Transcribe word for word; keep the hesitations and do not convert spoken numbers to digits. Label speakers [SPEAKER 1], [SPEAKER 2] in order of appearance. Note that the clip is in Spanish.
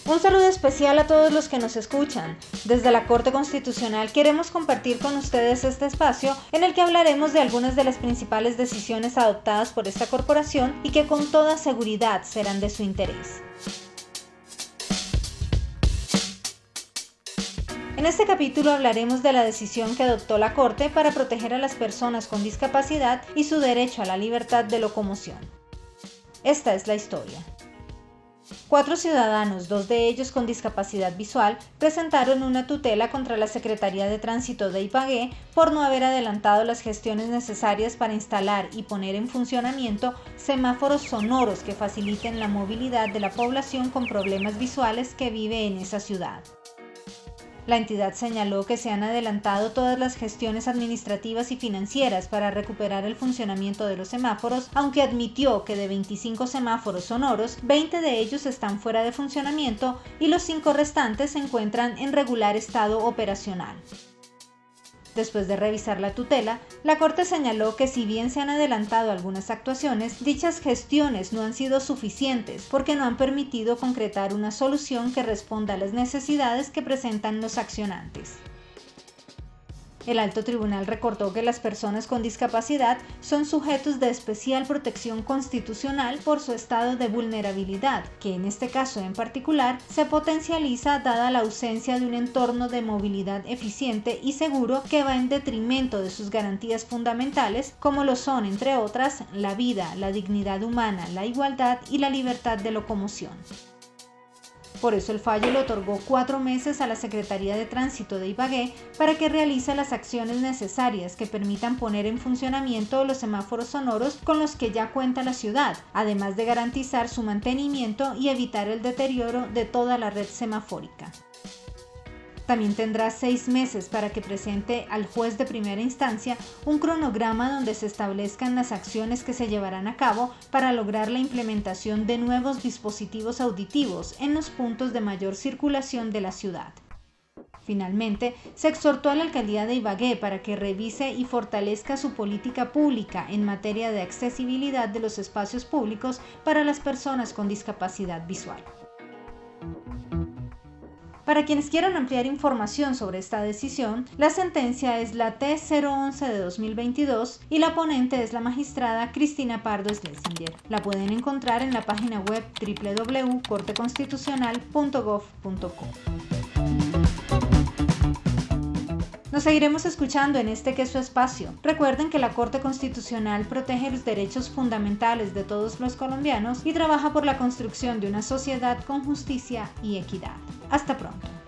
[SPEAKER 1] Un saludo especial a todos los que nos escuchan. Desde la Corte Constitucional queremos compartir con ustedes este espacio en el que hablaremos de algunas de las principales decisiones adoptadas por esta corporación y que con toda seguridad serán de su interés. En este capítulo hablaremos de la decisión que adoptó la Corte para proteger a las personas con discapacidad y su derecho a la libertad de locomoción. Esta es la historia. Cuatro ciudadanos, dos de ellos con discapacidad visual, presentaron una tutela contra la Secretaría de Tránsito de Ibagué por no haber adelantado las gestiones necesarias para instalar y poner en funcionamiento semáforos sonoros que faciliten la movilidad de la población con problemas visuales que vive en esa ciudad. La entidad señaló que se han adelantado todas las gestiones administrativas y financieras para recuperar el funcionamiento de los semáforos, aunque admitió que de veinticinco semáforos sonoros, veinte de ellos están fuera de funcionamiento y los cinco restantes se encuentran en regular estado operacional. Después de revisar la tutela, la Corte señaló que si bien se han adelantado algunas actuaciones, dichas gestiones no han sido suficientes porque no han permitido concretar una solución que responda a las necesidades que presentan los accionantes. El Alto Tribunal recordó que las personas con discapacidad son sujetos de especial protección constitucional por su estado de vulnerabilidad, que en este caso en particular se potencializa dada la ausencia de un entorno de movilidad eficiente y seguro que va en detrimento de sus garantías fundamentales, como lo son, entre otras, la vida, la dignidad humana, la igualdad y la libertad de locomoción. Por eso el fallo le otorgó cuatro meses a la Secretaría de Tránsito de Ibagué para que realice las acciones necesarias que permitan poner en funcionamiento los semáforos sonoros con los que ya cuenta la ciudad, además de garantizar su mantenimiento y evitar el deterioro de toda la red semafórica. También tendrá seis meses para que presente al juez de primera instancia un cronograma donde se establezcan las acciones que se llevarán a cabo para lograr la implementación de nuevos dispositivos auditivos en los puntos de mayor circulación de la ciudad. Finalmente, se exhortó a la Alcaldía de Ibagué para que revise y fortalezca su política pública en materia de accesibilidad de los espacios públicos para las personas con discapacidad visual. Para quienes quieran ampliar información sobre esta decisión, la sentencia es la T cero once de dos mil veintidós y la ponente es la magistrada Cristina Pardo Schlesinger. La pueden encontrar en la página web doble u doble u doble u punto corte constitucional punto gov punto co. Nos seguiremos escuchando en este que es su espacio. Recuerden que la Corte Constitucional protege los derechos fundamentales de todos los colombianos y trabaja por la construcción de una sociedad con justicia y equidad. Hasta pronto.